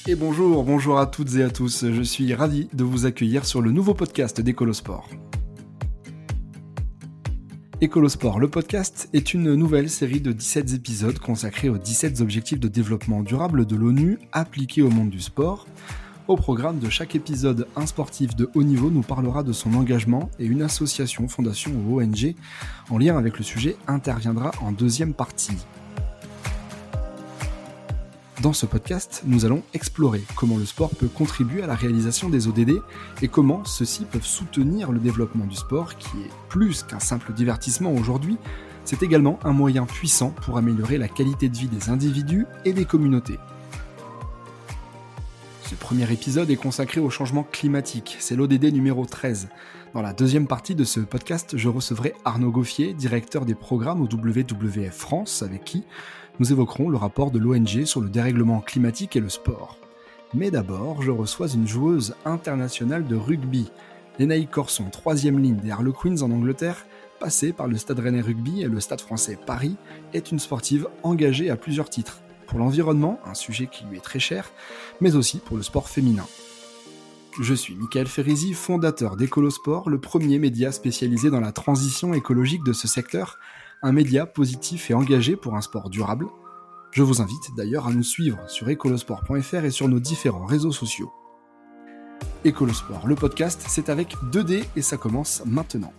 Et bonjour à toutes et à tous, je suis ravi de vous accueillir sur le nouveau podcast d'Ecolosport. Ecolosport, le podcast, est une nouvelle série de 17 épisodes consacrés aux 17 objectifs de développement durable de l'ONU appliqués au monde du sport. Au programme de chaque épisode, un sportif de haut niveau nous parlera de son engagement et une association, fondation ou ONG en lien avec le sujet interviendra en deuxième partie. Dans ce podcast, nous allons explorer comment le sport peut contribuer à la réalisation des ODD et comment ceux-ci peuvent soutenir le développement du sport qui est plus qu'un simple divertissement aujourd'hui, c'est également un moyen puissant pour améliorer la qualité de vie des individus et des communautés. Ce premier épisode est consacré au changement climatique, c'est l'ODD numéro 13. Dans la deuxième partie de ce podcast, je recevrai Arnaud Gauffier, directeur des programmes au WWF France, avec qui nous évoquerons le rapport de l'ONG sur le dérèglement climatique et le sport. Mais d'abord, je reçois une joueuse internationale de rugby, Lénaïque Corson, 3e ligne des Harlequins en Angleterre, passée par le Stade Rennais Rugby et le Stade Français Paris, est une sportive engagée à plusieurs titres. Pour l'environnement, un sujet qui lui est très cher, mais aussi pour le sport féminin. Je suis Michael Ferrizi, fondateur d'Ecolosport, le premier média spécialisé dans la transition écologique de ce secteur, un média positif et engagé pour un sport durable. Je vous invite d'ailleurs à nous suivre sur ecolosport.fr et sur nos différents réseaux sociaux. Ecolosport, le podcast, c'est avec 2D et ça commence maintenant.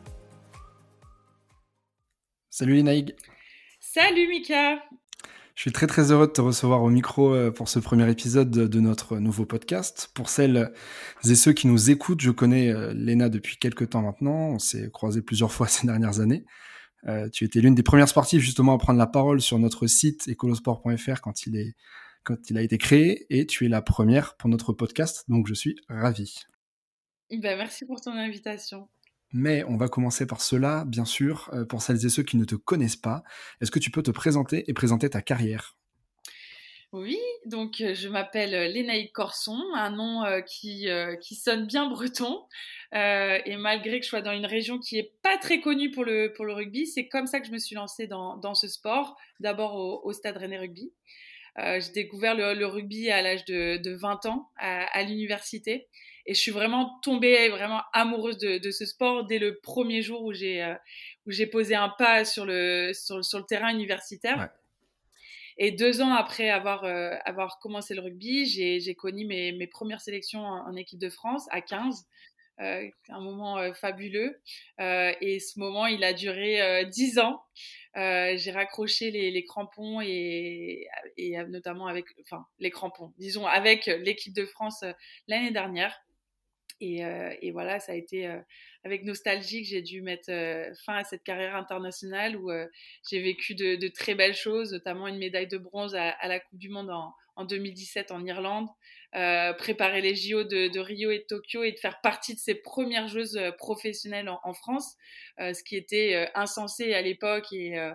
Salut Lénaïque. Salut Mika. Je suis très heureux de te recevoir au micro pour ce premier épisode de notre nouveau podcast. Pour celles et ceux qui nous écoutent, je connais Léna depuis quelques temps maintenant. On s'est croisés plusieurs fois ces dernières années. Tu étais l'une des premières sportives justement à prendre la parole sur notre site ecolosport.fr quand il a été créé, et tu es la première pour notre podcast, donc je suis ravi. Merci pour ton invitation. Mais on va commencer par cela, bien sûr, pour celles et ceux qui ne te connaissent pas. Est-ce que tu peux te présenter et présenter ta carrière ? Oui, donc je m'appelle Lénaïque Corson, un nom qui sonne bien breton. Et malgré que je sois dans une région qui est pas très connue pour le rugby, c'est comme ça que je me suis lancée dans ce sport, d'abord au Stade Rennais Rugby. J'ai découvert le rugby à l'âge de 20 ans à l'université. Et je suis vraiment tombée vraiment amoureuse de ce sport dès le premier jour où j'ai posé un pas sur le terrain universitaire. Ouais. Et 2 ans après avoir commencé le rugby, j'ai connu mes premières sélections en équipe de France à 15. Un moment fabuleux. Et ce moment, il a duré 10 ans. J'ai raccroché les crampons et notamment les crampons, disons, avec l'équipe de France l'année dernière. Et voilà, ça a été avec nostalgie que j'ai dû mettre fin à cette carrière internationale où j'ai vécu de très belles choses, notamment une médaille de bronze à la Coupe du Monde en 2017 en Irlande, préparer les JO de Rio et de Tokyo et de faire partie de ces premières joueuses professionnelles en France, ce qui était insensé à l'époque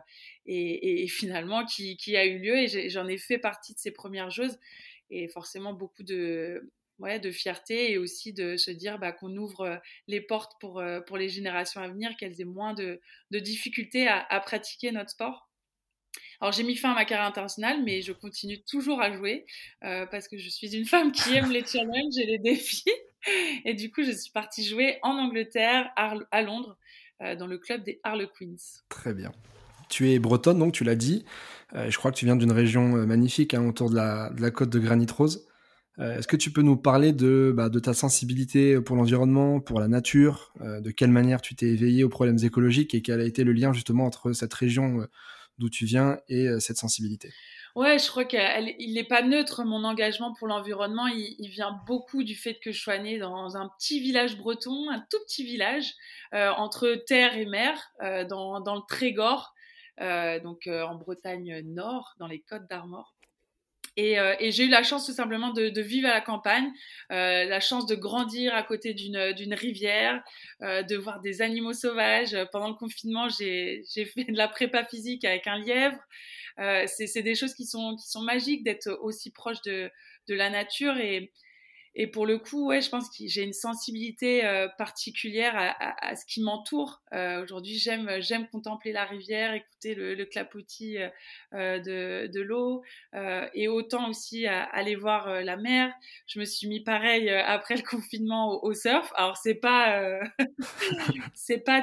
et finalement qui a eu lieu, et j'en ai fait partie de ces premières joueuses, et forcément beaucoup de fierté, et aussi de se dire qu'on ouvre les portes pour les générations à venir, qu'elles aient moins de difficultés à pratiquer notre sport. Alors j'ai mis fin à ma carrière internationale, mais je continue toujours à jouer parce que je suis une femme qui aime les challenges et les défis. Et du coup, je suis partie jouer en Angleterre, à Londres, dans le club des Harlequins. Très bien. Tu es bretonne, donc tu l'as dit. Je crois que tu viens d'une région magnifique autour de la côte de Granit Rose. Est-ce que tu peux nous parler de ta sensibilité pour l'environnement, pour la nature, de quelle manière tu t'es éveillé aux problèmes écologiques et quel a été le lien justement entre cette région d'où tu viens et cette sensibilité ? Ouais, je crois qu'il n'est pas neutre, mon engagement pour l'environnement. Il vient beaucoup du fait que je sois née dans un petit village breton, un tout petit village, entre terre et mer, dans le Trégor, en Bretagne Nord, dans les Côtes d'Armor. Et j'ai eu la chance tout simplement de vivre à la campagne, la chance de grandir à côté d'une rivière, de voir des animaux sauvages. Pendant le confinement, j'ai fait de la prépa physique avec un lièvre. C'est des choses qui sont magiques d'être aussi proche de la nature, et Et pour le coup, ouais, je pense que j'ai une sensibilité particulière à ce qui m'entoure. Aujourd'hui, j'aime contempler la rivière, écouter le clapotis de l'eau, et autant aussi aller voir la mer. Je me suis mis pareil après le confinement au surf. Alors c'est pas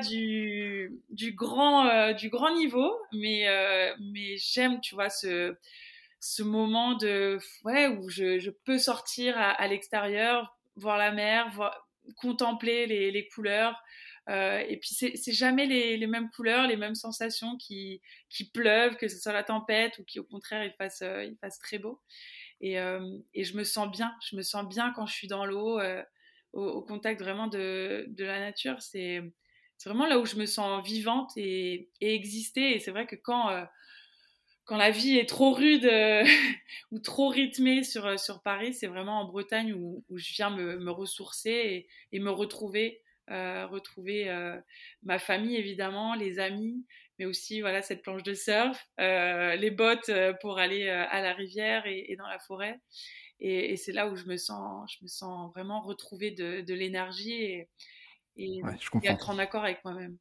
du grand niveau, mais j'aime, tu vois, ce moment ouais, où je peux sortir à l'extérieur, voir la mer, contempler les couleurs. Et puis c'est jamais les mêmes couleurs, les mêmes sensations qui pleuvent, que ce soit la tempête ou qui au contraire il fasse très beau. Et je me sens bien quand je suis dans l'eau, au contact vraiment de la nature. C'est vraiment là où je me sens vivante et exister. Et c'est vrai que quand la vie est trop rude ou trop rythmée sur Paris, c'est vraiment en Bretagne où je viens me ressourcer et me retrouver ma famille évidemment, les amis, mais aussi voilà cette planche de surf, les bottes pour aller à la rivière et dans la forêt. Et c'est là où je me sens vraiment retrouver de l'énergie et, Ouais, je et comprends. être en accord avec moi-même.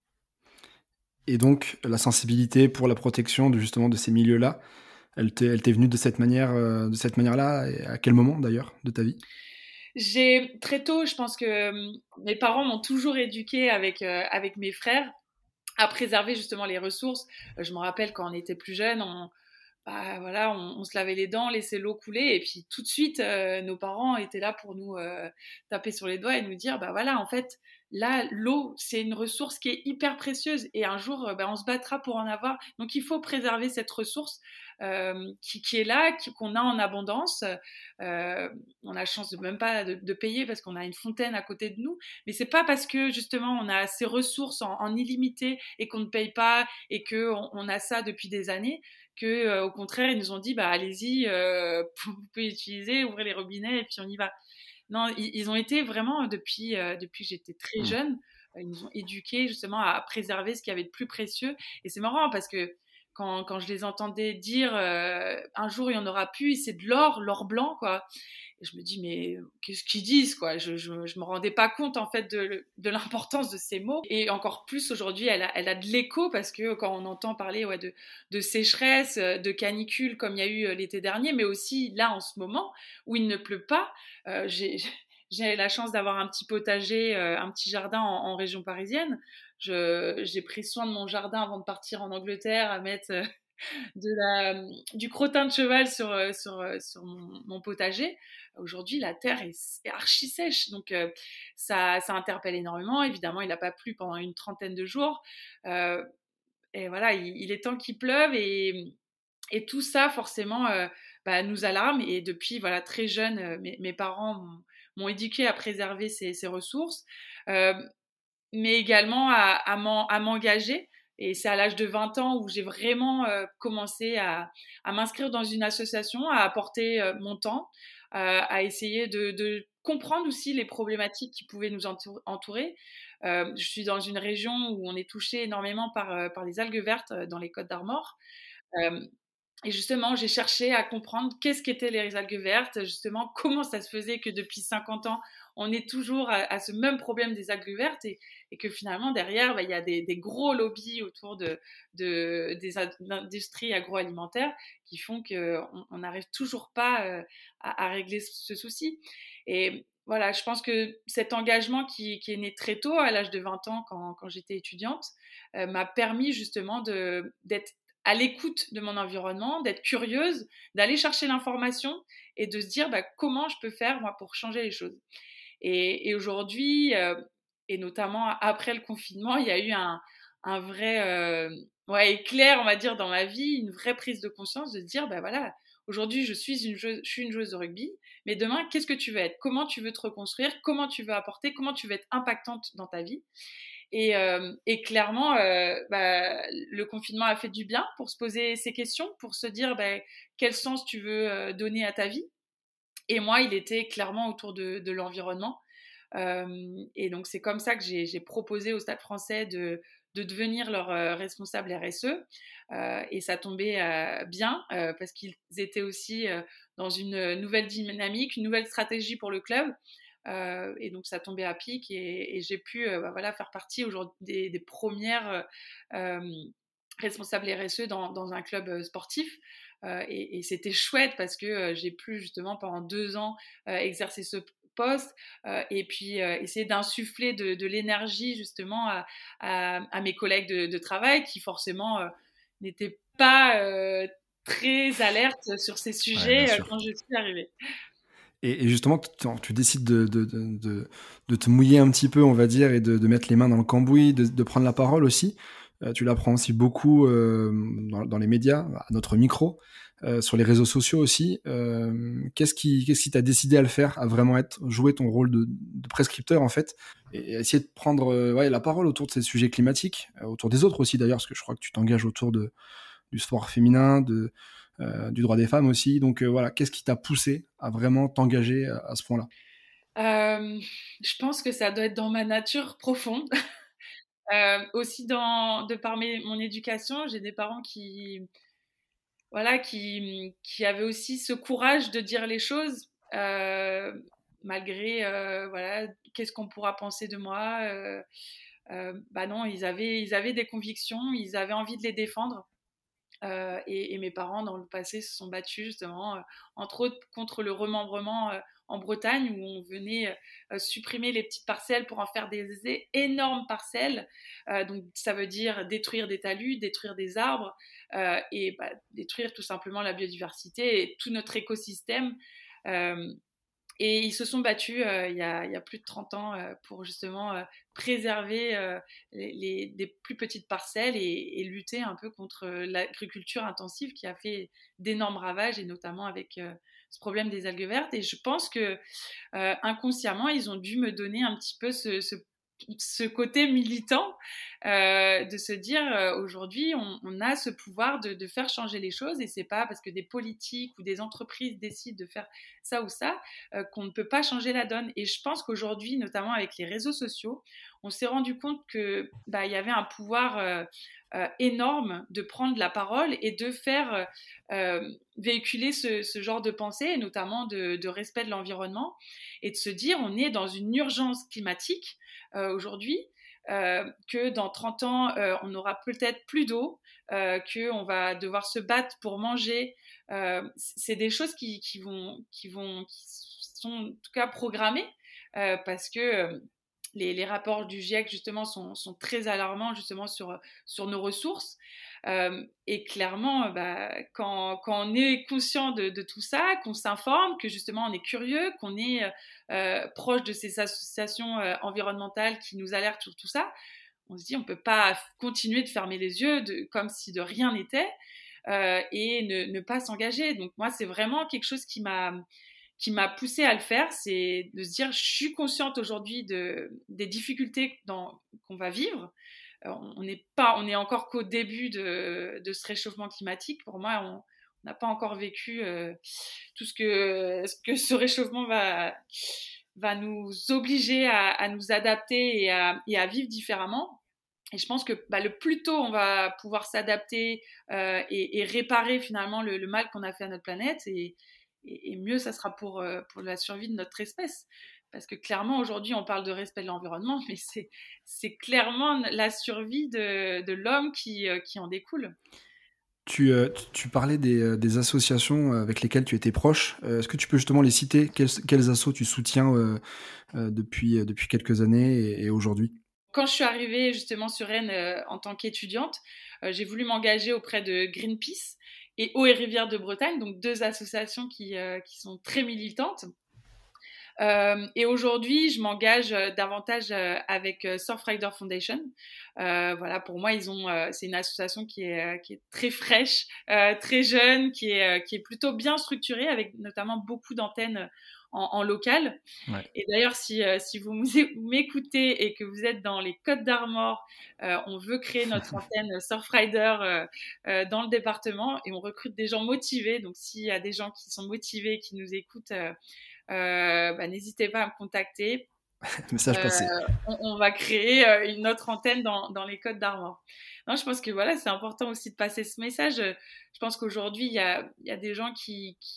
Et donc la sensibilité pour la protection justement de ces milieux-là, elle t'est venue de cette manière-là et à quel moment d'ailleurs de ta vie? J'ai très tôt, je pense que mes parents m'ont toujours éduquée avec mes frères à préserver justement les ressources. Je me rappelle quand on était plus jeunes, bah, voilà, on se lavait les dents, laissait l'eau couler, et puis tout de suite, nos parents étaient là pour nous taper sur les doigts et nous dire, bah voilà, en fait, là, l'eau, c'est une ressource qui est hyper précieuse, et un jour, bah, on se battra pour en avoir. Donc, il faut préserver cette ressource qui est là, qu'on a en abondance. On a la chance de même pas de payer parce qu'on a une fontaine à côté de nous, mais c'est pas parce que justement on a ces ressources en illimité et qu'on ne paye pas et que on a ça depuis des années que au contraire ils nous ont dit bah allez-y, vous pouvez utiliser, ouvrez les robinets et puis on y va. Non, ils ont été vraiment depuis que j'étais très Mmh. jeune, ils nous ont éduqués justement à préserver ce qu'il y avait de plus précieux. Et c'est marrant parce que quand je les entendais dire un jour il y en aura plus, c'est de l'or blanc quoi. Et je me dis, mais qu'est-ce qu'ils disent, quoi. Je me rendais pas compte, en fait, de l'importance de ces mots. Et encore plus aujourd'hui, elle a de l'écho parce que quand on entend parler ouais, de sécheresse, de canicule comme il y a eu l'été dernier, mais aussi là en ce moment où il ne pleut pas, j'ai la chance d'avoir un petit potager, un petit jardin en région parisienne. J'ai pris soin de mon jardin avant de partir en Angleterre à mettre du crottin de cheval sur mon potager. Aujourd'hui, la terre est archi sèche, donc ça interpelle énormément. Évidemment, il n'a pas plu pendant une trentaine de jours. Euh, et voilà, il est temps qu'il pleuve et tout ça, forcément, bah, nous alarme. Et depuis voilà, très jeune, mes parents m'ont éduqué à préserver ces ressources. Euh, mais également à m'engager. Et c'est à l'âge de 20 ans où j'ai vraiment commencé à m'inscrire dans une association, à apporter mon temps, à essayer de comprendre aussi les problématiques qui pouvaient nous entourer. Je suis dans une région où on est touché énormément par les algues vertes dans les Côtes d'Armor. Euh, et justement, j'ai cherché à comprendre qu'est-ce qu'étaient les algues vertes, justement, comment ça se faisait que depuis 50 ans, on est toujours à ce même problème des algues vertes et que finalement, derrière, bah, il y a des gros lobbies autour des industries agroalimentaires qui font qu'on n'arrive toujours pas à régler ce souci. Et voilà, je pense que cet engagement qui est né très tôt, à l'âge de 20 ans, quand j'étais étudiante, m'a permis justement d'être à l'écoute de mon environnement, d'être curieuse, d'aller chercher l'information et de se dire bah, comment je peux faire moi pour changer les choses. Et aujourd'hui, et notamment après le confinement, il y a eu un vrai ouais, éclair, on va dire, dans ma vie, une vraie prise de conscience de se dire, bah voilà, aujourd'hui je suis je suis une joueuse de rugby, mais demain, qu'est-ce que tu veux être? Comment tu veux te reconstruire? Comment tu veux apporter? Comment tu veux être impactante dans ta vie? Et clairement, bah, le confinement a fait du bien pour se poser ces questions, pour se dire bah, quel sens tu veux donner à ta vie. Et moi, il était clairement autour de l'environnement. Et donc, c'est comme ça que j'ai proposé au Stade français de devenir leur responsable RSE. Et ça tombait bien parce qu'ils étaient aussi dans une nouvelle dynamique, une nouvelle stratégie pour le club. Et donc ça tombait à pic et j'ai pu faire partie aujourd'hui des premières responsables RSE dans un club sportif. Et c'était chouette parce que j'ai pu justement pendant 2 ans exercer ce poste et puis essayer d'insuffler de l'énergie justement à mes collègues de travail qui forcément n'étaient pas très alertes sur ces Ouais, bien sujets sûr. quand je suis arrivée. Et justement, tu décides de te mouiller un petit peu, on va dire, et de mettre les mains dans le cambouis, de prendre la parole aussi. Tu l'apprends aussi beaucoup dans les médias, à notre micro, sur les réseaux sociaux aussi. Qu'est-ce qui t'a décidé à le faire, à vraiment jouer ton rôle de prescripteur en fait, et essayer de prendre la parole autour de ces sujets climatiques, autour des autres aussi d'ailleurs, parce que je crois que tu t'engages autour du sport féminin, du droit des femmes aussi. Donc voilà, qu'est-ce qui t'a poussé à vraiment t'engager à ce point-là? Je pense que ça doit être dans ma nature profonde. Aussi de par mon éducation, j'ai des parents qui avaient aussi ce courage de dire les choses, malgré, qu'est-ce qu'on pourra penser de moi? Bah non, ils avaient des convictions, ils avaient envie de les défendre. Et mes parents, dans le passé, se sont battus justement, entre autres contre le remembrement en Bretagne, où on venait supprimer les petites parcelles pour en faire des énormes parcelles. Donc ça veut dire détruire des talus, détruire des arbres et détruire tout simplement la biodiversité et tout notre écosystème. Euh, et ils se sont battus il y a plus de 30 ans pour justement préserver des plus petites parcelles et lutter un peu contre l'agriculture intensive qui a fait d'énormes ravages, et notamment avec ce problème des algues vertes. Et je pense que inconsciemment, ils ont dû me donner un petit peu ce côté militant, de se dire aujourd'hui on a ce pouvoir de faire changer les choses, et c'est pas parce que des politiques ou des entreprises décident de faire ça ou ça qu'on ne peut pas changer la donne. Et je pense qu'aujourd'hui, notamment avec les réseaux sociaux, on s'est rendu compte que il y avait un pouvoir énorme de prendre la parole et de faire véhiculer ce genre de pensée, et notamment de respect de l'environnement, et de se dire on est dans une urgence climatique aujourd'hui, que dans 30 ans, on n'aura peut-être plus d'eau, qu'on va devoir se battre pour manger. C'est des choses qui sont en tout cas programmées, parce que les rapports du GIEC justement sont très alarmants justement sur nos ressources. Et clairement, quand on est conscient de tout ça, qu'on s'informe, que justement on est curieux, qu'on est proche de ces associations environnementales qui nous alertent sur tout ça, on se dit on ne peut pas continuer de fermer les yeux comme si de rien n'était, et ne pas s'engager. Donc moi, c'est vraiment quelque chose qui m'a poussée à le faire, c'est de se dire je suis consciente aujourd'hui des difficultés qu'on va vivre. On est encore qu'au début de ce réchauffement climatique. Pour moi, on n'a pas encore vécu tout ce que ce réchauffement va nous obliger à nous adapter et à vivre différemment. Et je pense que le plus tôt on va pouvoir s'adapter et réparer finalement le mal qu'on a fait à notre planète, et mieux ça sera pour la survie de notre espèce. Parce que clairement, aujourd'hui, on parle de respect de l'environnement, mais c'est clairement la survie de l'homme qui en découle. Tu parlais des associations avec lesquelles tu étais proche. Est-ce que tu peux justement les citer? Quels assos tu soutiens depuis quelques années et aujourd'hui? Quand je suis arrivée justement sur Rennes en tant qu'étudiante, j'ai voulu m'engager auprès de Greenpeace et Eau et Rivières de Bretagne, donc 2 associations qui sont très militantes. Et aujourd'hui, je m'engage davantage avec Surfrider Foundation. Voilà, pour moi, c'est une association qui est très fraîche, très jeune, qui est plutôt bien structurée, avec notamment beaucoup d'antennes en local. Ouais. Et d'ailleurs, si vous m'écoutez et que vous êtes dans les Côtes d'Armor, on veut créer notre antenne Surfrider dans le département, et on recrute des gens motivés. Donc, s'il y a des gens qui sont motivés, qui nous écoutent, n'hésitez pas à me contacter. Message Euh, passé. on va créer une autre antenne dans les Côtes d'Armor. Non, je pense que voilà, c'est important aussi de passer ce message. Je pense qu'aujourd'hui, il y a des gens qui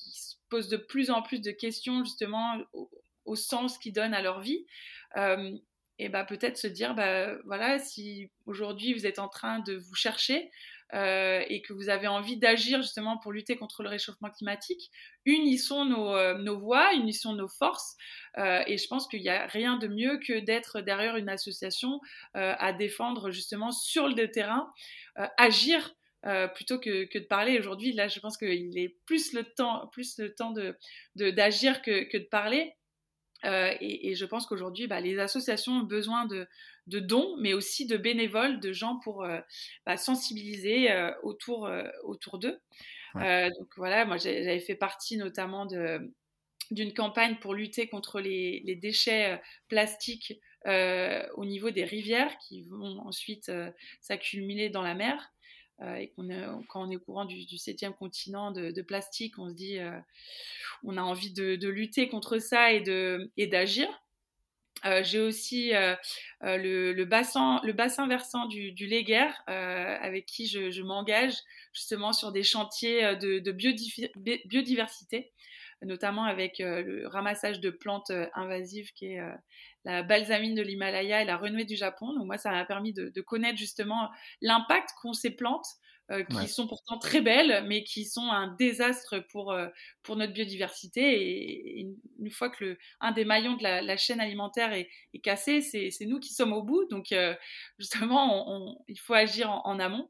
posent de plus en plus de questions justement au sens qu'ils donnent à leur vie. Et peut-être se dire, voilà, si aujourd'hui vous êtes en train de vous chercher et que vous avez envie d'agir justement pour lutter contre le réchauffement climatique, unissons nos voix, unissons nos forces. Et je pense qu'il n'y a rien de mieux que d'être derrière une association à défendre justement sur le terrain, agir. Plutôt que de parler. Aujourd'hui, là, je pense qu'il est plus le temps d'agir que de parler. Et je pense qu'aujourd'hui, les associations ont besoin de dons, mais aussi de bénévoles, de gens pour sensibiliser autour d'eux. Ouais. Donc voilà, moi j'avais fait partie notamment d'une campagne pour lutter contre les déchets plastiques au niveau des rivières qui vont ensuite s'accumuler dans la mer. Et quand on est au courant du 7e continent de plastique, on se dit on a envie de lutter contre ça et d'agir. J'ai aussi le bassin versant du Léguer avec qui je m'engage justement sur des chantiers de biodiversité, notamment avec le ramassage de plantes invasives qui est la balsamine de l'Himalaya et la renouée du Japon. Donc moi, ça m'a permis de connaître justement l'impact qu'ont ces plantes qui Ouais. sont pourtant très belles, mais qui sont un désastre pour notre biodiversité. Et une fois que un des maillons de la chaîne alimentaire est cassé, c'est nous qui sommes au bout. Donc justement, il faut agir en amont.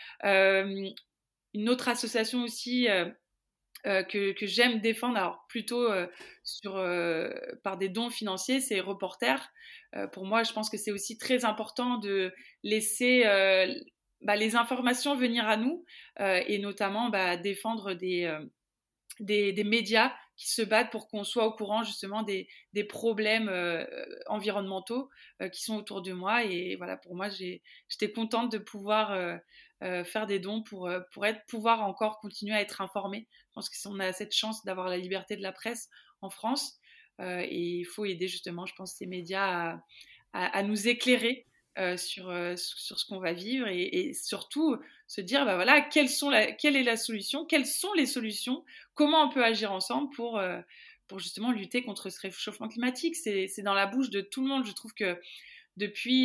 Une autre association aussi que j'aime défendre, alors plutôt par des dons financiers, c'est Reporter. Pour moi, je pense que c'est aussi très important de laisser les informations venir à nous et notamment défendre des médias qui se battent pour qu'on soit au courant justement des problèmes environnementaux qui sont autour de moi. Et voilà, pour moi, j'étais contente de pouvoir faire des dons pour pouvoir encore continuer à être informée. Je pense qu'on a cette chance d'avoir la liberté de la presse en France et il faut aider justement, je pense, ces médias à nous éclairer sur ce qu'on va vivre et surtout se dire voilà quelle est la solution, quelles sont les solutions, comment on peut agir ensemble pour justement lutter contre ce réchauffement climatique. C'est dans la bouche de tout le monde. Je trouve que depuis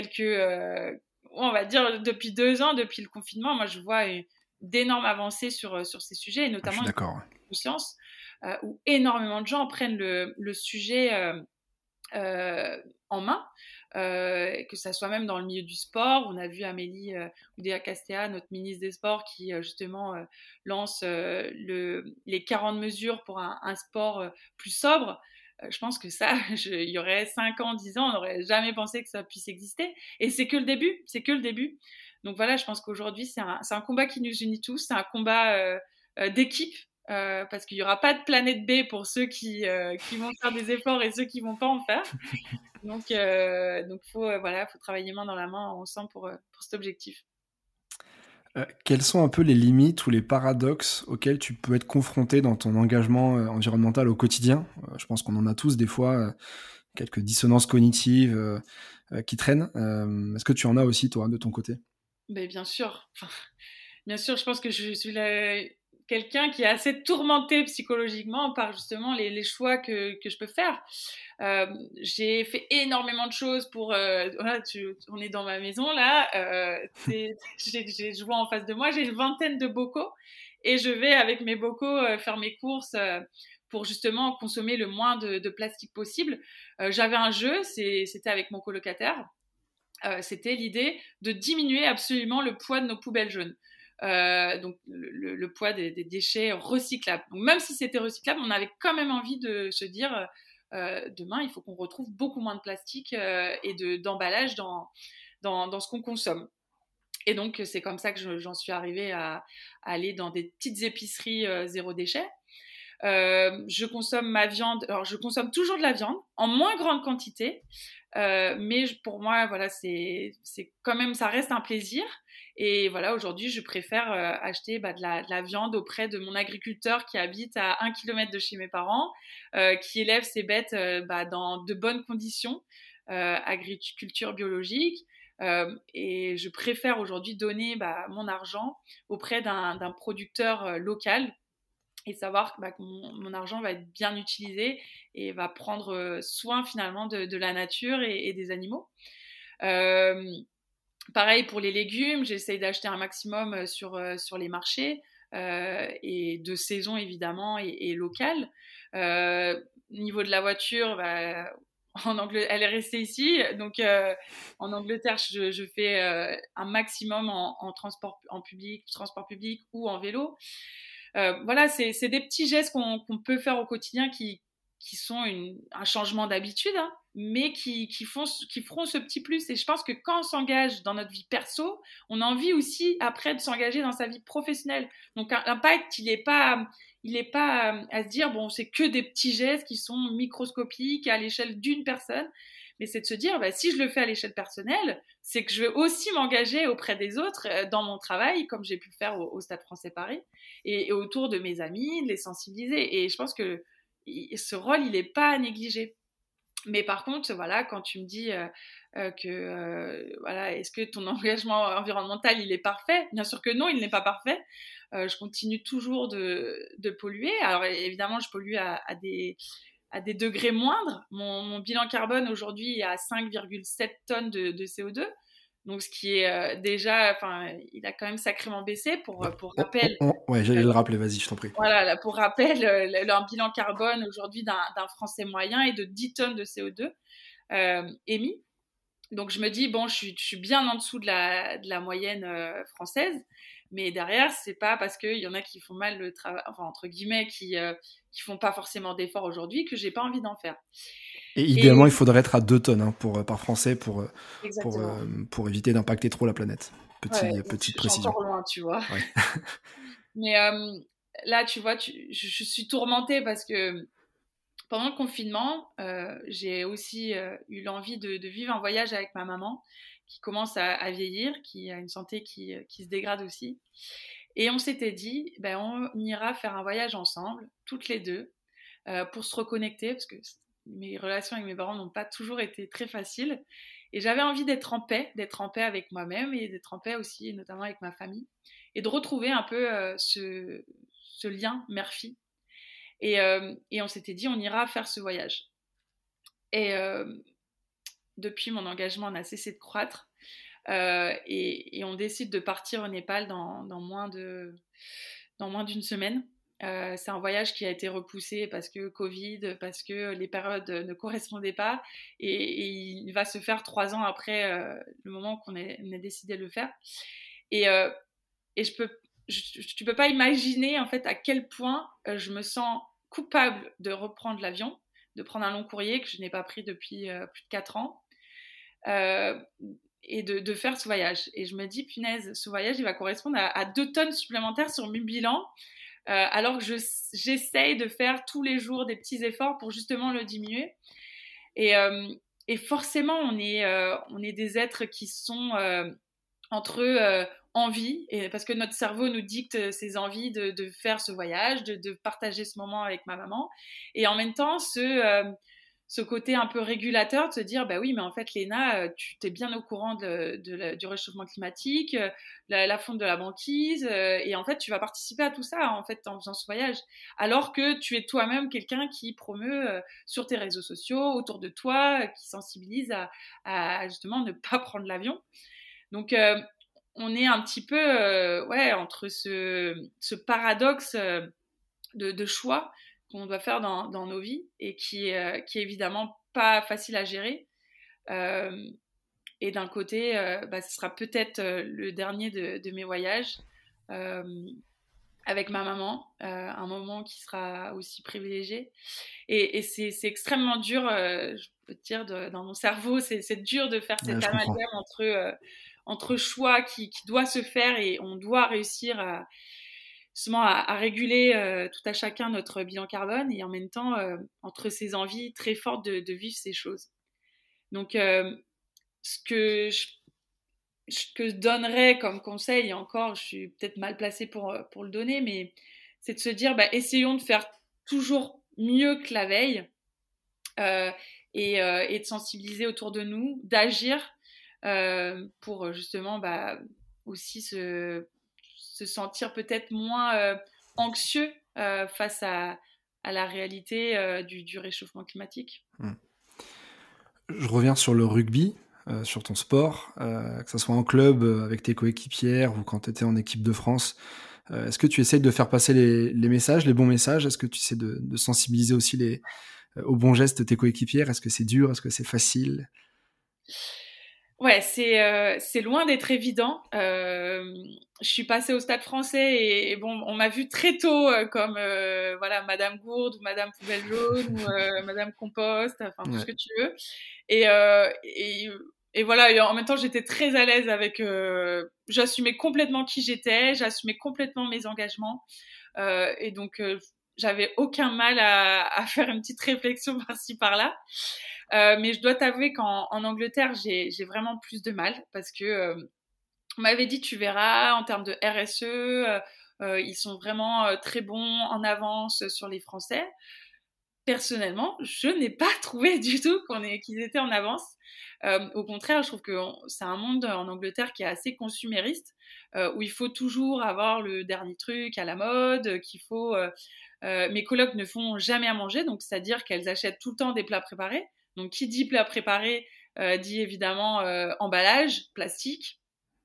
on va dire depuis 2 ans, depuis le confinement, moi je vois d'énormes avancées sur ces sujets et Je notamment suis une d'accord. conscience où énormément de gens prennent le sujet en main, que ça soit même dans le milieu du sport. On a vu Amélie Oudéa-Castéa, notre ministre des Sports, qui justement lance les 40 mesures pour un sport plus sobre. Je pense que ça, il y aurait 5 ans, 10 ans, on n'aurait jamais pensé que ça puisse exister. Et c'est que le début, c'est que le début. Donc voilà, je pense qu'aujourd'hui, c'est un combat qui nous unit tous, c'est un combat d'équipe. Parce qu'il n'y aura pas de planète B pour ceux qui vont faire des efforts et ceux qui ne vont pas en faire. Donc faut travailler main dans la main ensemble pour cet objectif. Quelles sont un peu les limites ou les paradoxes auxquels tu peux être confronté dans ton engagement, environnemental au quotidien? Je pense qu'on en a tous des fois, quelques dissonances cognitives, qui traînent. Est-ce que tu en as aussi toi, de ton côté? Mais bien sûr, bien sûr, je pense que je suis quelqu'un qui est assez tourmenté psychologiquement par justement les choix que je peux faire. J'ai fait énormément de choses pour. Voilà, on est dans ma maison là. Je vois en face de moi, j'ai une vingtaine de bocaux et je vais avec mes bocaux faire mes courses pour justement consommer le moins de plastique possible. J'avais un jeu, c'était avec mon colocataire. C'était l'idée de diminuer absolument le poids de nos poubelles jaunes. Donc le poids des déchets recyclables. Donc même si c'était recyclable, on avait quand même envie de se dire demain, il faut qu'on retrouve beaucoup moins de plastique et d'emballage dans ce qu'on consomme. Et donc c'est comme ça que j'en suis arrivée à aller dans des petites épiceries zéro déchet. Je consomme ma viande. Alors, je consomme toujours de la viande en moins grande quantité, mais pour moi, voilà, c'est quand même, ça reste un plaisir. Et voilà, aujourd'hui, je préfère acheter de la viande auprès de mon agriculteur qui habite à 1 kilomètre de chez mes parents, qui élève ses bêtes dans de bonnes conditions, agriculture biologique. Et je préfère aujourd'hui donner mon argent auprès d'un producteur local et savoir que mon argent va être bien utilisé et va prendre soin finalement de la nature et des animaux. Pareil pour les légumes, j'essaye d'acheter un maximum sur les marchés et de saison évidemment et local. Niveau de la voiture, elle est restée ici, donc en Angleterre, je fais un maximum en transport public ou en vélo. Voilà, c'est des petits gestes qu'on peut faire au quotidien qui sont un changement d'habitude, hein, mais qui feront ce petit plus. Et je pense que quand on s'engage dans notre vie perso, on a envie aussi après de s'engager dans sa vie professionnelle. Donc l'impact, il est pas à se dire bon, c'est que des petits gestes qui sont microscopiques à l'échelle d'une personne. Mais c'est de se dire, si je le fais à l'échelle personnelle, c'est que je vais aussi m'engager auprès des autres dans mon travail, comme j'ai pu le faire au Stade Français Paris, et autour de mes amis, de les sensibiliser. Et je pense que ce rôle, il n'est pas à négliger. Mais par contre, voilà, quand tu me dis voilà, est-ce que ton engagement environnemental, il est parfait? Bien sûr que non, il n'est pas parfait. Je continue toujours de polluer. Alors évidemment, je pollue à des degrés moindres. Mon bilan carbone aujourd'hui est à 5,7 tonnes de CO2. Donc, ce qui est déjà, enfin, il a quand même sacrément baissé pour rappel. Ouais, j'allais le rappeler, vas-y, je t'en prie. Voilà, là, pour rappel, un bilan carbone aujourd'hui d'un Français moyen est de 10 tonnes de CO2 émis. Donc, je me dis, bon, je suis bien en dessous de la moyenne française. Mais derrière, c'est pas parce qu'il y en a qui font mal le travail, enfin, entre guillemets, qui font pas forcément d'efforts aujourd'hui que j'ai pas envie d'en faire. Et idéalement, il faudrait être à 2 tonnes hein, par Français Exactement. pour éviter d'impacter trop la planète. Je Petite suis précision. encore loin, tu vois. Ouais. Mais là, tu vois, je suis tourmentée parce que pendant le confinement, j'ai aussi eu l'envie de vivre un voyage avec ma maman qui commence à vieillir, qui a une santé qui se dégrade aussi. Et on s'était dit, on ira faire un voyage ensemble, toutes les deux, pour se reconnecter, parce que mes relations avec mes parents n'ont pas toujours été très faciles. Et j'avais envie d'être en paix avec moi-même et d'être en paix aussi, notamment avec ma famille, et de retrouver un peu ce lien mère-fille. Et on s'était dit, on ira faire ce voyage. Et depuis, mon engagement n'a cessé de croître. Et on décide de partir au Népal dans moins d'une semaine. C'est un voyage qui a été repoussé parce que Covid, parce que les périodes ne correspondaient pas. Et il va se faire 3 ans après le moment qu'on ait décidé de le faire. Et tu peux pas imaginer en fait à quel point je me sens coupable de reprendre l'avion, de prendre un long courrier que je n'ai pas pris depuis plus de 4 ans. Et de faire ce voyage. Et je me dis, punaise, ce voyage, il va correspondre à 2 tonnes supplémentaires sur mon bilan, alors que j'essaye de faire tous les jours des petits efforts pour justement le diminuer. Et forcément, on est des êtres qui sont entre envie, et parce que notre cerveau nous dicte ses envies de faire ce voyage, de partager ce moment avec ma maman, et en même temps ce côté un peu régulateur de se dire oui, mais en fait Léna, tu t'es bien au courant du réchauffement climatique, la fonte de la banquise, et en fait tu vas participer à tout ça en fait en faisant ce voyage, alors que tu es toi-même quelqu'un qui promeut sur tes réseaux sociaux autour de toi, qui sensibilise à justement ne pas prendre l'avion. Donc on est un petit peu entre ce paradoxe de choix qu'on doit faire dans nos vies et qui est évidemment pas facile à gérer. Et d'un côté, ce sera peut-être le dernier de mes voyages avec ma maman, un moment qui sera aussi privilégié. Et c'est extrêmement dur, je peux te dire, dans mon cerveau, c'est dur de faire cet amalgame entre choix qui doit se faire et on doit réussir à réguler tout à chacun notre bilan carbone et en même temps entre ces envies très fortes de vivre ces choses. Donc ce que je donnerais comme conseil, et encore je suis peut-être mal placée pour le donner, mais c'est de se dire essayons de faire toujours mieux que la veille et de sensibiliser autour de nous, d'agir pour justement aussi se sentir peut-être moins anxieux face à la réalité du réchauffement climatique. Je reviens sur le rugby, sur ton sport, que ça soit en club, avec tes coéquipières ou quand tu étais en équipe de France. Est-ce que tu essayes de faire passer les messages, les bons messages? Est-ce que tu essaies de sensibiliser aussi aux bons gestes de tes coéquipières? Est-ce que c'est dur? Est-ce que c'est facile? Ouais, c'est loin d'être évident. Je suis passée au Stade Français et bon, on m'a vue très tôt comme voilà Madame Gourde ou Madame Poubelle Jaune ou Madame Compost, enfin tout ce Ouais. que tu veux. Et voilà, et en même temps, j'étais très à l'aise avec. J'assumais complètement qui j'étais, j'assumais complètement mes engagements, et donc j'avais aucun mal à faire une petite réflexion par-ci par-là. Mais je dois t'avouer qu'en Angleterre, j'ai vraiment plus de mal parce que on m'avait dit, tu verras, en termes de RSE, ils sont vraiment très bons en avance sur les Français. Personnellement, je n'ai pas trouvé du tout qu'ils étaient en avance. Au contraire, je trouve que c'est un monde en Angleterre qui est assez consumériste, où il faut toujours avoir le dernier truc à la mode, qu'il faut. Mes colocs ne font jamais à manger, donc c'est-à-dire qu'elles achètent tout le temps des plats préparés. Donc, qui dit plat préparé dit évidemment emballage, plastique,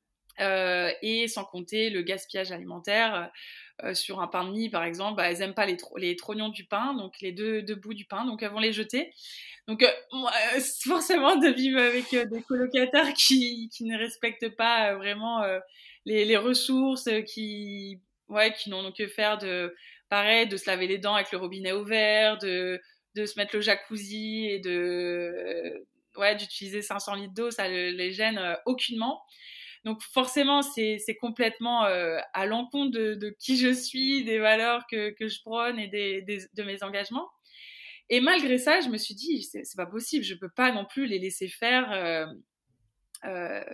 et sans compter le gaspillage alimentaire. Sur un pain de mie, par exemple, bah, elles n'aiment pas les trognons du pain, donc les deux bouts du pain, donc elles vont les jeter. Donc, moi, forcément, de vivre avec des colocataires qui ne respectent pas vraiment les ressources, qui n'ont que faire pareil, de se laver les dents avec le robinet ouvert, de se mettre le jacuzzi et d'utiliser 500 litres d'eau, ça les gêne aucunement. Donc forcément, c'est complètement à l'encontre de qui je suis, des valeurs que je prône et de mes engagements. Et malgré ça, je me suis dit, c'est pas possible, je peux pas non plus les laisser faire euh,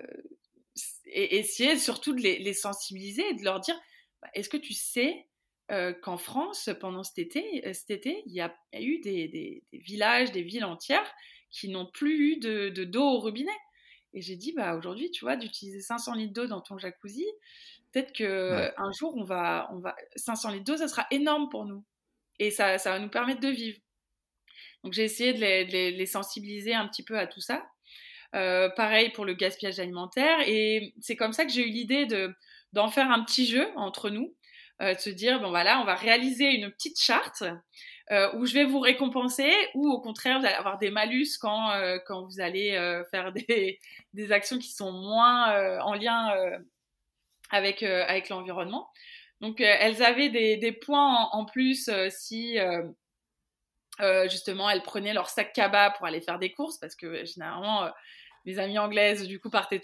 et essayer surtout de les sensibiliser et de leur dire, bah, est-ce que tu sais qu'en France, pendant cet été, il y a eu des villages, des villes entières qui n'ont plus eu d'eau au robinet. Et j'ai dit, bah aujourd'hui, tu vois, d'utiliser 500 litres d'eau dans ton jacuzzi, peut-être Ouais. qu'un jour, 500 litres d'eau, ça sera énorme pour nous. Et ça va nous permettre de vivre. Donc j'ai essayé de les sensibiliser un petit peu à tout ça. Pareil pour le gaspillage alimentaire. Et c'est comme ça que j'ai eu l'idée d'en faire un petit jeu entre nous. De se dire, bon voilà, on va réaliser une petite charte où je vais vous récompenser ou au contraire, vous allez avoir des malus quand vous allez faire des actions qui sont moins en lien avec l'environnement. Donc, elles avaient des points en plus si justement elles prenaient leur sac cabas pour aller faire des courses parce que généralement mes amies anglaises du coup partaient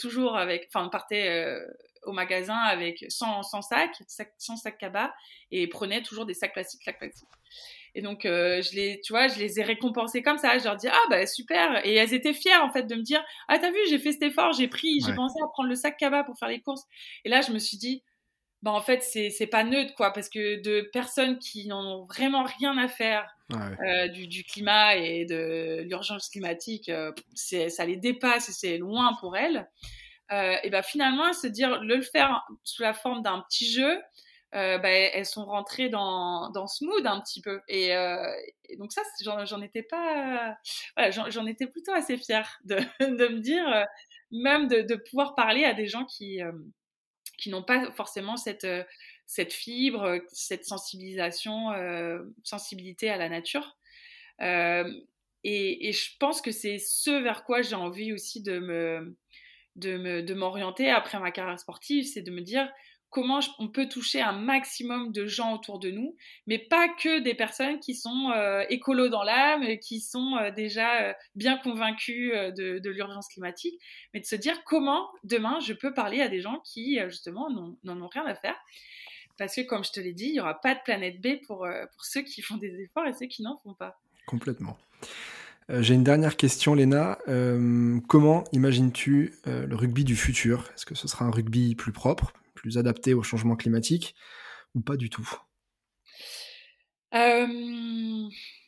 au magasin avec sans sac cabas et prenaient toujours des sacs plastiques, et donc je les ai récompensées comme ça, je leur dis ah bah super, et elles étaient fières en fait de me dire ah t'as vu, j'ai fait cet effort, j'ai Ouais. pensé à prendre le sac cabas pour faire les courses. Et là je me suis dit bah en fait c'est pas neutre quoi, parce que de personnes qui n'en ont vraiment rien à faire Ouais, ouais. du climat et de l'urgence climatique, ça les dépasse et c'est loin pour elles. Et ben finalement, se dire le faire sous la forme d'un petit jeu, elles sont rentrées dans ce mood un petit peu. Et donc ça, j'en étais pas, voilà, j'en étais plutôt assez fière de me dire, même de pouvoir parler à des gens qui n'ont pas forcément cette fibre, cette sensibilité à la nature. Euh, et je pense que c'est ce vers quoi j'ai envie aussi de m'orienter après ma carrière sportive, c'est de me dire comment on peut toucher un maximum de gens autour de nous, mais pas que des personnes qui sont écolos dans l'âme, qui sont déjà bien convaincus de l'urgence climatique, mais de se dire comment demain je peux parler à des gens qui justement n'en ont rien à faire. Parce que comme je te l'ai dit, il n'y aura pas de planète B pour ceux qui font des efforts et ceux qui n'en font pas. Complètement. J'ai une dernière question, Léna. Comment imagines-tu le rugby du futur? Est-ce que ce sera un rugby plus propre, plus adapté au changement climatique ou pas du tout? Euh,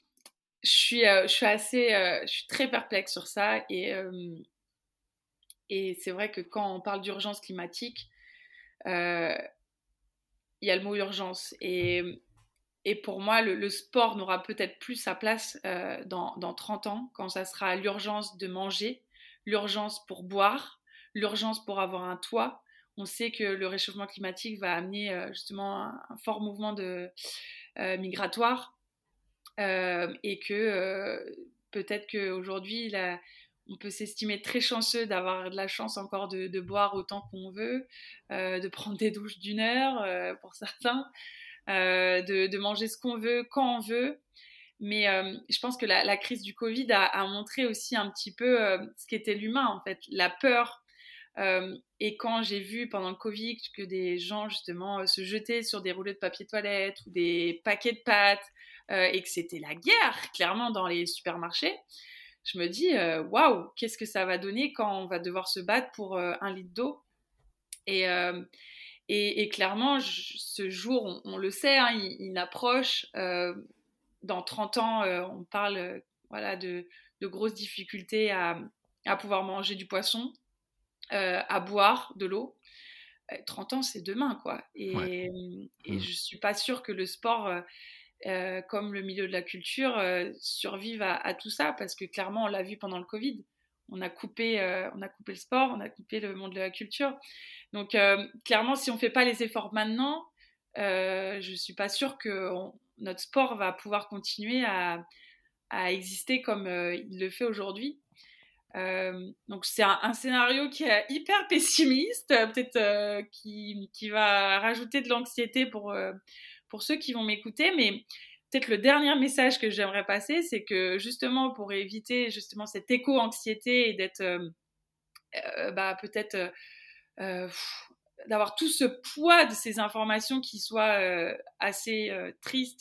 je suis très perplexe sur ça et c'est vrai que quand on parle d'urgence climatique, il y a le mot urgence Et pour moi, le sport n'aura peut-être plus sa place dans 30 ans, quand ça sera l'urgence de manger, l'urgence pour boire, l'urgence pour avoir un toit. On sait que le réchauffement climatique va amener justement un fort mouvement migratoire et que peut-être qu'aujourd'hui, on peut s'estimer très chanceux d'avoir de la chance encore de boire autant qu'on veut, de prendre des douches d'1 heure pour certains, de manger ce qu'on veut, quand on veut. Mais je pense que la crise du Covid a montré aussi un petit peu ce qu'était l'humain, en fait, la peur. Et quand j'ai vu pendant le Covid que des gens justement se jetaient sur des rouleaux de papier toilette ou des paquets de pâtes et que c'était la guerre, clairement, dans les supermarchés, je me dis, waouh, qu'est-ce que ça va donner quand on va devoir se battre pour 1 litre d'eau. Et, et clairement, ce jour, on le sait, hein, il approche. Dans 30 ans, on parle voilà, de grosses difficultés à pouvoir manger du poisson, à boire de l'eau. 30 ans, c'est demain, quoi. Et je ne suis pas sûre que le sport, comme le milieu de la culture, survive à tout ça, parce que clairement, on l'a vu pendant le Covid. On a coupé le sport, on a coupé le monde de la culture. Donc, clairement, si on ne fait pas les efforts maintenant, je ne suis pas sûre que notre sport va pouvoir continuer à exister comme il le fait aujourd'hui. Donc c'est un scénario qui est hyper pessimiste, peut-être qui va rajouter de l'anxiété pour ceux qui vont m'écouter, mais peut-être le dernier message que j'aimerais passer, c'est que justement pour éviter justement cette éco-anxiété et d'être peut-être d'avoir tout ce poids de ces informations qui soient assez tristes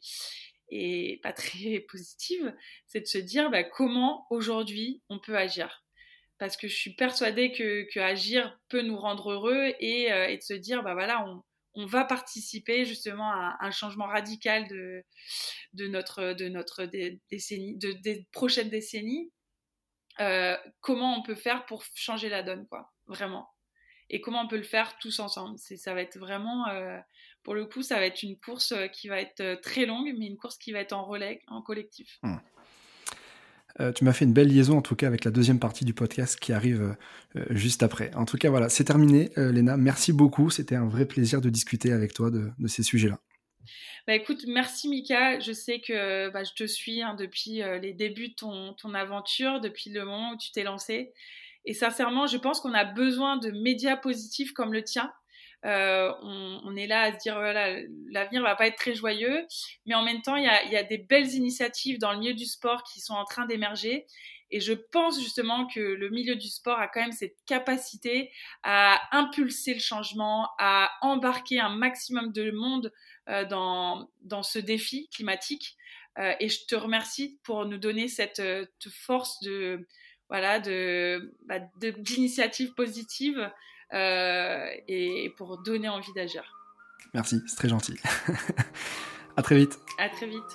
et pas très positives, c'est de se dire comment aujourd'hui on peut agir. Parce que je suis persuadée que agir peut nous rendre heureux et de se dire voilà, on va participer justement à un changement radical de notre décennie, des prochaines décennies. Comment on peut faire pour changer la donne, quoi, vraiment. Et comment on peut le faire tous ensemble. Ça va être vraiment, pour le coup, ça va être une course qui va être très longue, mais une course qui va être en relais, en collectif. Tu m'as fait une belle liaison, en tout cas, avec la deuxième partie du podcast qui arrive juste après. En tout cas, voilà, c'est terminé, Léna. Merci beaucoup. C'était un vrai plaisir de discuter avec toi de ces sujets-là. Écoute, merci Mika. Je sais que je te suis depuis les débuts de ton aventure, depuis le moment où tu t'es lancé. Et sincèrement, je pense qu'on a besoin de médias positifs comme le tien. On est là à se dire, voilà, l'avenir va pas être très joyeux, mais en même temps, il y a des belles initiatives dans le milieu du sport qui sont en train d'émerger. Et je pense justement que le milieu du sport a quand même cette capacité à impulser le changement, à embarquer un maximum de monde dans ce défi climatique. Et je te remercie pour nous donner cette force d'initiatives positives et pour donner envie d'agir. Merci, c'est très gentil. À très vite. À très vite.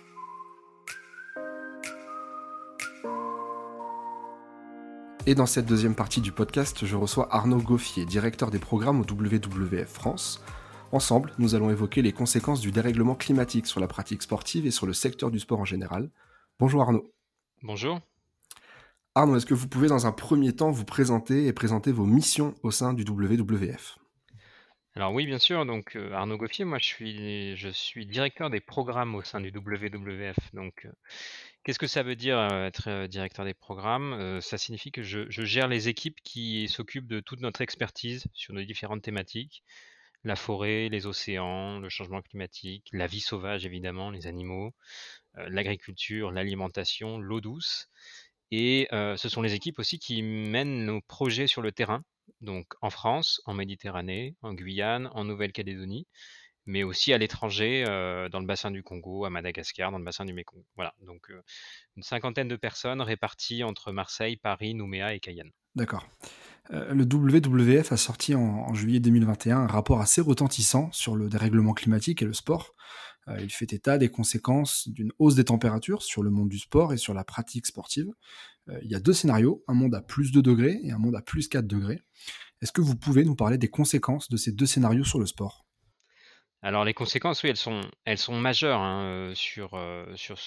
Et dans cette deuxième partie du podcast, je reçois Arnaud Gauffier, directeur des programmes au WWF France. Ensemble, nous allons évoquer les conséquences du dérèglement climatique sur la pratique sportive et sur le secteur du sport en général. Bonjour Arnaud. Bonjour. Arnaud, est-ce que vous pouvez dans un premier temps vous présenter et présenter vos missions au sein du WWF ? Alors oui, bien sûr. Donc Arnaud Gauffier, moi je suis directeur des programmes au sein du WWF. Donc qu'est-ce que ça veut dire être directeur des programmes? Ça signifie que je gère les équipes qui s'occupent de toute notre expertise sur nos différentes thématiques. La forêt, les océans, le changement climatique, la vie sauvage évidemment, les animaux, l'agriculture, l'alimentation, l'eau douce. Et ce sont les équipes aussi qui mènent nos projets sur le terrain, donc en France, en Méditerranée, en Guyane, en Nouvelle-Calédonie, mais aussi à l'étranger, dans le bassin du Congo, à Madagascar, dans le bassin du Mékong. Voilà, donc une 50aine de personnes réparties entre Marseille, Paris, Nouméa et Cayenne. D'accord. Le WWF a sorti en juillet 2021 un rapport assez retentissant sur le dérèglement climatique et le sport. Il fait état des conséquences d'une hausse des températures sur le monde du sport et sur la pratique sportive. Il y a 2 scénarios, un monde à plus 2 degrés et un monde à plus 4 degrés. Est-ce que vous pouvez nous parler des conséquences de ces 2 scénarios sur le sport ? Alors les conséquences, oui, elles sont majeures, hein, sur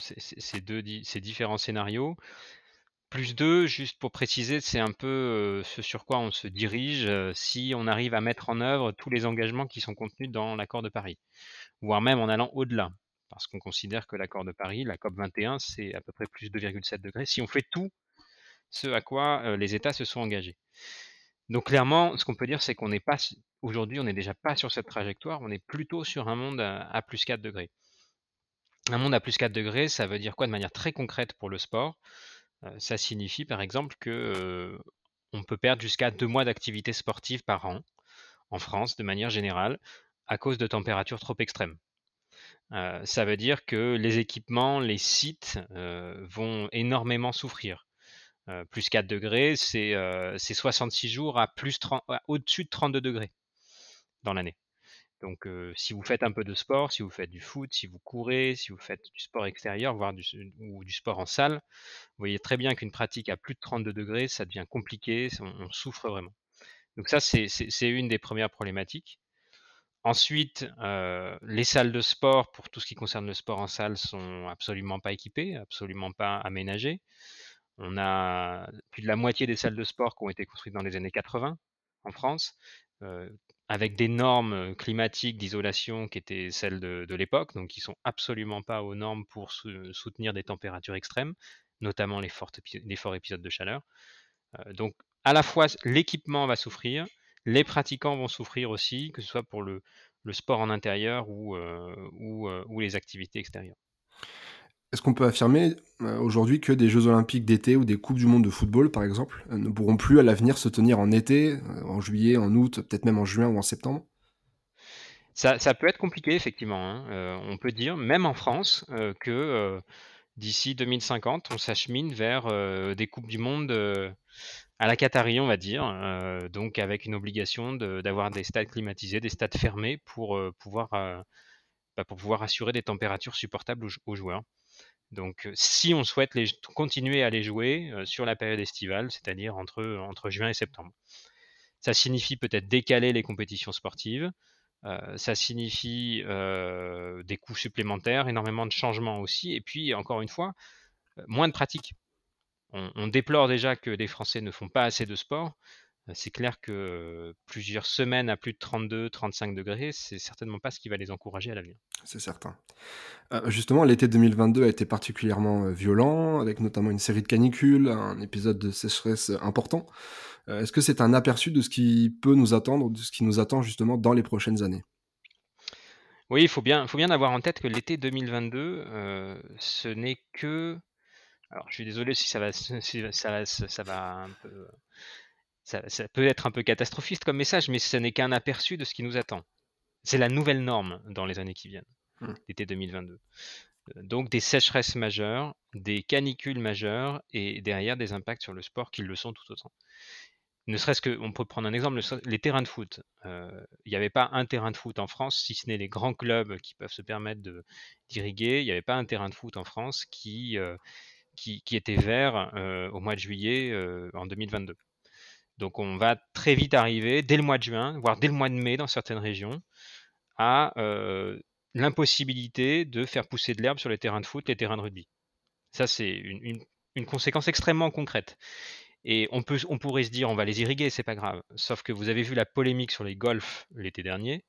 ces différents scénarios. Plus 2, juste pour préciser, c'est un peu, ce sur quoi on se dirige, si on arrive à mettre en œuvre tous les engagements qui sont contenus dans l'accord de Paris, voire même en allant au-delà. Parce qu'on considère que l'accord de Paris, la COP 21, c'est à peu près plus 2,7 degrés, si on fait tout ce à quoi, les États se sont engagés. Donc clairement, ce qu'on peut dire, c'est qu'on n'est pas aujourd'hui, on n'est déjà pas sur cette trajectoire, on est plutôt sur un monde à plus 4 degrés. Un monde à plus 4 degrés, ça veut dire quoi de manière très concrète pour le sport? Ça signifie par exemple que, on peut perdre jusqu'à 2 mois d'activité sportive par an, en France, de manière générale, à cause de températures trop extrêmes. Ça veut dire que les équipements, les sites, vont énormément souffrir. Plus 4 degrés, c'est 66 jours à au-dessus de 32 degrés dans l'année. Donc, si vous faites un peu de sport, si vous faites du foot, si vous courez, si vous faites du sport extérieur, voire ou du sport en salle, vous voyez très bien qu'une pratique à plus de 32 degrés, ça devient compliqué, on souffre vraiment. Donc ça, c'est une des premières problématiques. Ensuite, les salles de sport, pour tout ce qui concerne le sport en salle, sont absolument pas équipées, absolument pas aménagées. On a plus de la moitié des salles de sport qui ont été construites dans les années 80 en France, avec des normes climatiques d'isolation qui étaient celles de l'époque, donc qui sont absolument pas aux normes pour soutenir des températures extrêmes, notamment les forts épisodes de chaleur. Donc à la fois l'équipement va souffrir, les pratiquants vont souffrir aussi, que ce soit pour le sport en intérieur ou les activités extérieures. Est-ce qu'on peut affirmer aujourd'hui que des Jeux olympiques d'été ou des Coupes du monde de football, par exemple, ne pourront plus à l'avenir se tenir en été, en juillet, en août, peut-être même en juin ou en septembre? Ça peut être compliqué effectivement, hein. On peut dire, même en France, que d'ici 2050, on s'achemine vers des coupes du monde à la Qatari, on va dire, donc avec une obligation d'avoir des stades climatisés, des stades fermés pour pouvoir assurer des températures supportables aux joueurs. Donc, si on souhaite continuer à les jouer sur la période estivale, c'est-à-dire entre juin et septembre. Ça signifie peut-être décaler les compétitions sportives, ça signifie des coûts supplémentaires, énormément de changements aussi, et puis encore une fois, moins de pratique. On déplore déjà que les Français ne font pas assez de sport. C'est clair que plusieurs semaines à plus de 32-35 degrés, c'est certainement pas ce qui va les encourager à l'avenir. C'est certain. Justement, l'été 2022 a été particulièrement violent, avec notamment une série de canicules, un épisode de sécheresse important. Est-ce que c'est un aperçu de ce qui peut nous attendre, de ce qui nous attend justement dans les prochaines années? Oui, il faut bien avoir en tête que l'été 2022, ce n'est que alors je suis désolé si ça va ça va un peu ça peut être un peu catastrophiste comme message, mais ce n'est qu'un aperçu de ce qui nous attend. C'est la nouvelle norme dans les années qui viennent, Mmh. l'été 2022. Donc des sécheresses majeures, des canicules majeures et derrière des impacts sur le sport qui le sont tout autant. Ne serait-ce que, on peut prendre un exemple, les terrains de foot. Il n'y avait pas un terrain de foot en France, si ce n'est les grands clubs qui peuvent se permettre d'irriguer. Il n'y avait pas un terrain de foot en France qui était vert au mois de juillet en 2022. Donc on va très vite arriver, dès le mois de juin, voire dès le mois de mai dans certaines régions, à l'impossibilité de faire pousser de l'herbe sur les terrains de foot, les terrains de rugby. Ça, c'est une conséquence extrêmement concrète. Et on pourrait se dire, on va les irriguer, c'est pas grave. Sauf que vous avez vu la polémique sur les golfs l'été dernier.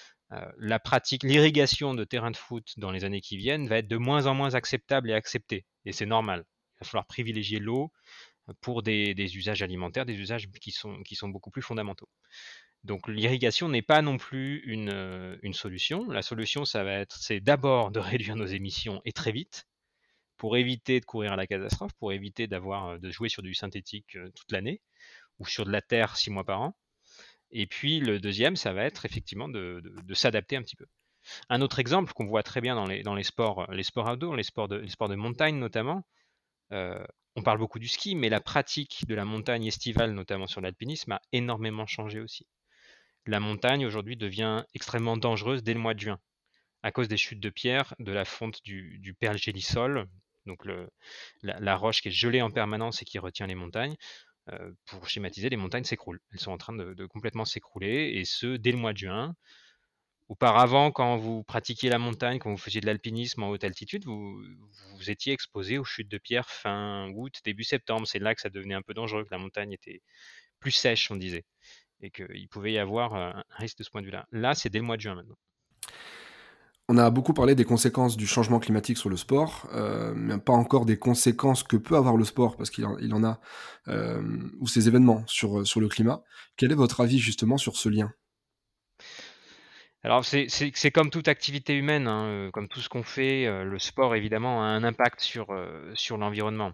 L'irrigation de terrains de foot dans les années qui viennent va être de moins en moins acceptable et acceptée. Et c'est normal. Il va falloir privilégier l'eau pour des usages alimentaires, des usages qui sont beaucoup plus fondamentaux. Donc l'irrigation n'est pas non plus une solution. La solution, c'est d'abord de réduire nos émissions et très vite, pour éviter de courir à la catastrophe, pour éviter de jouer sur du synthétique toute l'année, ou sur de la terre 6 mois par an. Et puis le deuxième, ça va être effectivement de s'adapter un petit peu. Un autre exemple qu'on voit très bien dans les sports outdoor, les sports de montagne notamment, on parle beaucoup du ski, mais la pratique de la montagne estivale, notamment sur l'alpinisme, a énormément changé aussi. La montagne aujourd'hui devient extrêmement dangereuse dès le mois de juin, à cause des chutes de pierre, de la fonte du pergélisol, donc la roche qui est gelée en permanence et qui retient les montagnes. Pour schématiser, les montagnes s'écroulent. Elles sont en train de complètement s'écrouler, et ce, dès le mois de juin, Auparavant, quand vous pratiquiez la montagne, quand vous faisiez de l'alpinisme en haute altitude, vous étiez exposé aux chutes de pierre fin août, début septembre. C'est là que ça devenait un peu dangereux, que la montagne était plus sèche, on disait, et qu'il pouvait y avoir un risque de ce point de vue-là. Là, c'est dès le mois de juin maintenant. On a beaucoup parlé des conséquences du changement climatique sur le sport, mais pas encore des conséquences que peut avoir le sport, parce il en a, ou ces événements sur le climat. Quel est votre avis justement sur ce lien? Alors, c'est comme toute activité humaine, hein, comme tout ce qu'on fait, le sport évidemment a un impact sur l'environnement,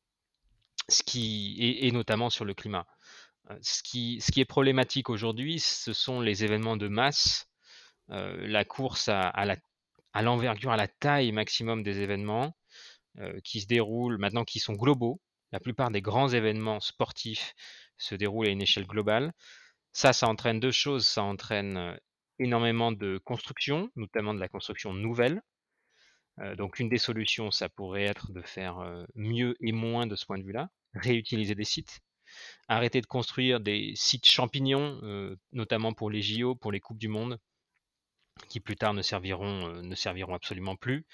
et notamment sur le climat. Ce qui est problématique aujourd'hui, ce sont les événements de masse, la course à l'envergure, à la taille maximum des événements qui se déroulent maintenant, qui sont globaux. La plupart des grands événements sportifs se déroulent à une échelle globale. Ça entraîne deux choses. Ça entraîne énormément de construction, notamment de la construction nouvelle. Donc une des solutions, ça pourrait être de faire mieux et moins de ce point de vue-là, réutiliser des sites, arrêter de construire des sites champignons, notamment pour les JO, pour les Coupes du Monde, qui plus tard ne serviront absolument plus.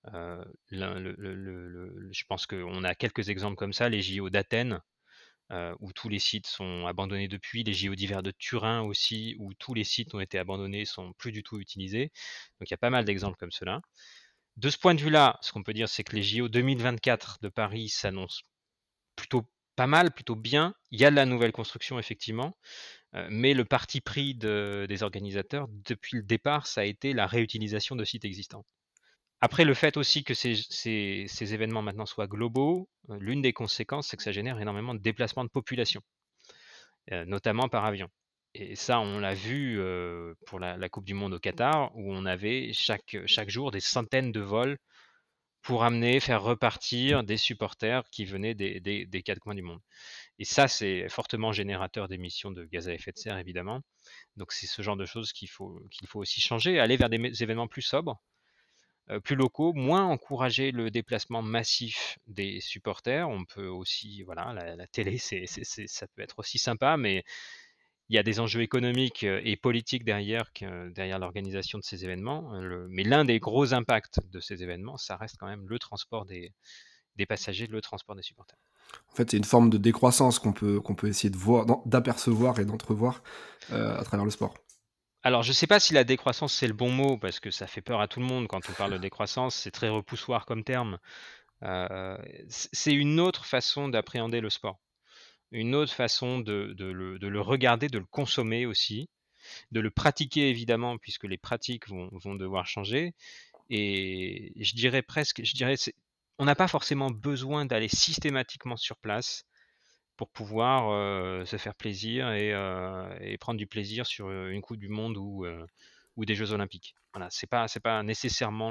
Je pense qu'on a quelques exemples comme ça, les JO d'Athènes, où tous les sites sont abandonnés depuis, les JO d'hiver de Turin aussi, où tous les sites ont été abandonnés, sont plus du tout utilisés. Donc il y a pas mal d'exemples comme cela. De ce point de vue-là, ce qu'on peut dire, c'est que les JO 2024 de Paris s'annoncent plutôt pas mal, plutôt bien. Il y a de la nouvelle construction, effectivement, mais le parti pris des organisateurs, depuis le départ, ça a été la réutilisation de sites existants. Après, le fait aussi que ces événements maintenant soient globaux, l'une des conséquences, c'est que ça génère énormément de déplacements de population, notamment par avion. Et ça, on l'a vu pour la Coupe du Monde au Qatar, où on avait chaque jour des centaines de vols pour faire repartir des supporters qui venaient des quatre coins du monde. Et ça, c'est fortement générateur d'émissions de gaz à effet de serre, évidemment. Donc c'est ce genre de choses qu'il faut aussi changer, aller vers des événements plus sobres, plus locaux, moins encourager le déplacement massif des supporters. On peut aussi, voilà, la télé, ça peut être aussi sympa, mais il y a des enjeux économiques et politiques derrière l'organisation de ces événements. Mais l'un des gros impacts de ces événements, ça reste quand même le transport des passagers, le transport des supporters. En fait, c'est une forme de décroissance qu'on peut essayer de voir, d'apercevoir et d'entrevoir à travers le sport. Alors, je ne sais pas si la décroissance, c'est le bon mot, parce que ça fait peur à tout le monde quand on parle de décroissance, c'est très repoussoir comme terme. C'est une autre façon d'appréhender le sport, une autre façon de le regarder, de le consommer aussi, de le pratiquer évidemment, puisque les pratiques vont devoir changer. Et je dirais, on n'a pas forcément besoin d'aller systématiquement sur place pour pouvoir se faire plaisir et prendre du plaisir sur une Coupe du Monde ou des Jeux Olympiques. Voilà, c'est pas nécessairement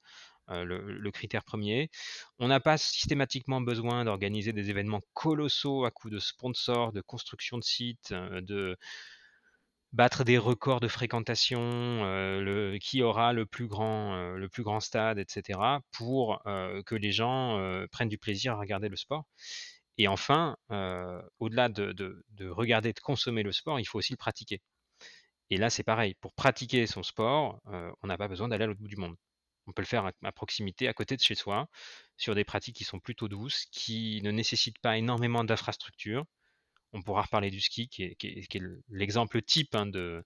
le critère premier. On n'a pas systématiquement besoin d'organiser des événements colossaux à coups de sponsors, de construction de sites, de battre des records de fréquentation, qui aura le plus grand stade, etc., pour que les gens prennent du plaisir à regarder le sport. Et enfin, au-delà de regarder, de consommer le sport, il faut aussi le pratiquer. Et là, c'est pareil. Pour pratiquer son sport, on n'a pas besoin d'aller à l'autre bout du monde. On peut le faire à proximité, à côté de chez soi, sur des pratiques qui sont plutôt douces, qui ne nécessitent pas énormément d'infrastructures. On pourra reparler du ski, qui est l'exemple type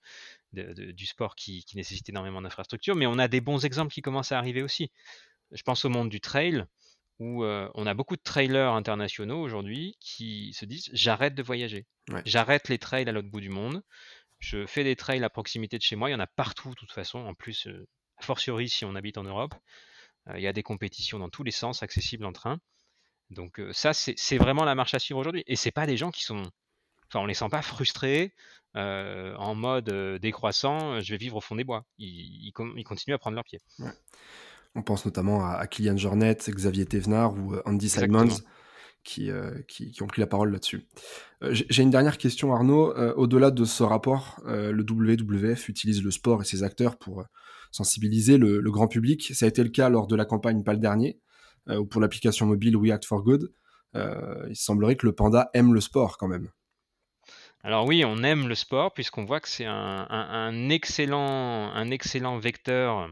du sport qui nécessite énormément d'infrastructures. Mais on a des bons exemples qui commencent à arriver aussi. Je pense au monde du trail, où on a beaucoup de trailers internationaux aujourd'hui qui se disent j'arrête de voyager, j'arrête les trails à l'autre bout du monde, je fais des trails à proximité de chez moi, il y en a partout de toute façon, en plus, a fortiori si on habite en Europe, il y a des compétitions dans tous les sens accessibles en train. Donc ça, c'est vraiment la marche à suivre aujourd'hui. Et c'est pas des gens qui sont... Enfin, on les sent pas frustrés, en mode décroissant, je vais vivre au fond des bois. Ils continuent à prendre leur pied. Ouais. On pense notamment à Kylian Jornet, Xavier Thévenard ou Andy Simons Exactement. qui ont pris la parole là-dessus. J'ai une dernière question, Arnaud. Au-delà de ce rapport, le WWF utilise le sport et ses acteurs pour sensibiliser le grand public. Ça a été le cas lors de la campagne Pas le dernier, ou pour l'application mobile We Act for Good. Il semblerait que le panda aime le sport quand même. Alors oui, on aime le sport puisqu'on voit que c'est un excellent vecteur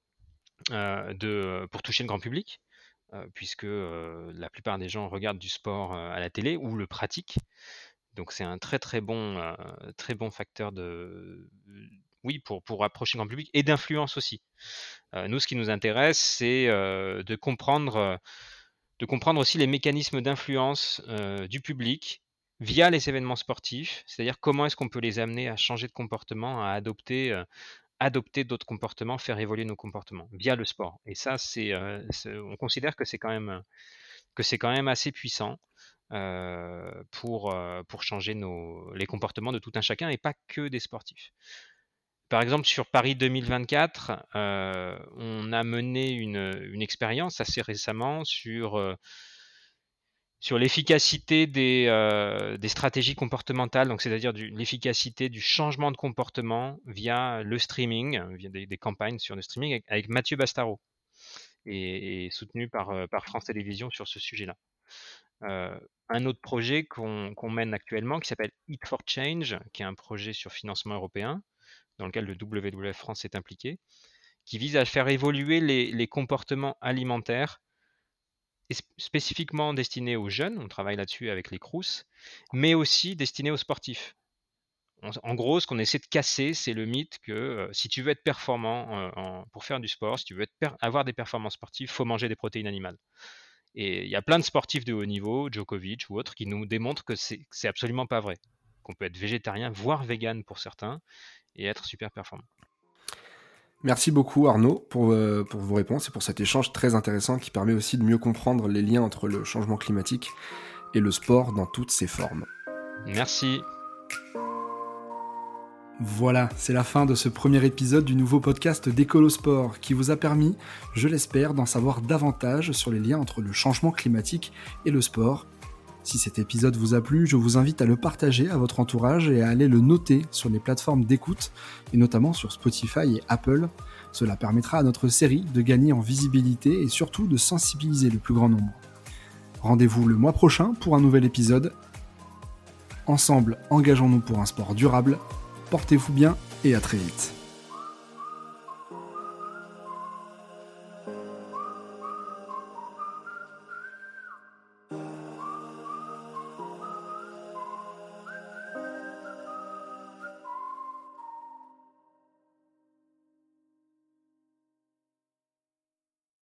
pour toucher le grand public, puisque la plupart des gens regardent du sport à la télé ou le pratiquent. Donc c'est un très bon facteur oui, pour approcher le grand public et d'influence aussi. Nous, ce qui nous intéresse, c'est de comprendre aussi les mécanismes d'influence du public via les événements sportifs, c'est-à-dire comment est-ce qu'on peut les amener à changer de comportement, à adopter d'autres comportements, faire évoluer nos comportements via le sport. Et ça, on considère que c'est quand même assez puissant pour changer les comportements de tout un chacun et pas que des sportifs. Par exemple, sur Paris 2024, on a mené une expérience assez récemment sur l'efficacité des stratégies comportementales, donc c'est-à-dire l'efficacité du changement de comportement via le streaming, via des campagnes sur le streaming avec Mathieu Bastaro et soutenu par France Télévisions sur ce sujet-là. Un autre projet qu'on mène actuellement qui s'appelle Eat for Change, qui est un projet sur financement européen dans lequel le WWF France est impliqué, qui vise à faire évoluer les comportements alimentaires spécifiquement destinés aux jeunes, on travaille là-dessus avec les Crous, mais aussi destinés aux sportifs. En gros, ce qu'on essaie de casser, c'est le mythe que si tu veux être performant pour faire du sport, si tu veux avoir des performances sportives, il faut manger des protéines animales. Et il y a plein de sportifs de haut niveau, Djokovic ou autres, qui nous démontrent que c'est absolument pas vrai. Qu'on peut être végétarien, voire vegan pour certains, et être super performant. Merci beaucoup Arnaud pour vos réponses et pour cet échange très intéressant qui permet aussi de mieux comprendre les liens entre le changement climatique et le sport dans toutes ses formes. Merci. Voilà, c'est la fin de ce premier épisode du nouveau podcast d'Écolo Sport qui vous a permis, je l'espère, d'en savoir davantage sur les liens entre le changement climatique et le sport. Si cet épisode vous a plu, je vous invite à le partager à votre entourage et à aller le noter sur les plateformes d'écoute, et notamment sur Spotify et Apple. Cela permettra à notre série de gagner en visibilité et surtout de sensibiliser le plus grand nombre. Rendez-vous le mois prochain pour un nouvel épisode. Ensemble, engageons-nous pour un sport durable. Portez-vous bien et à très vite.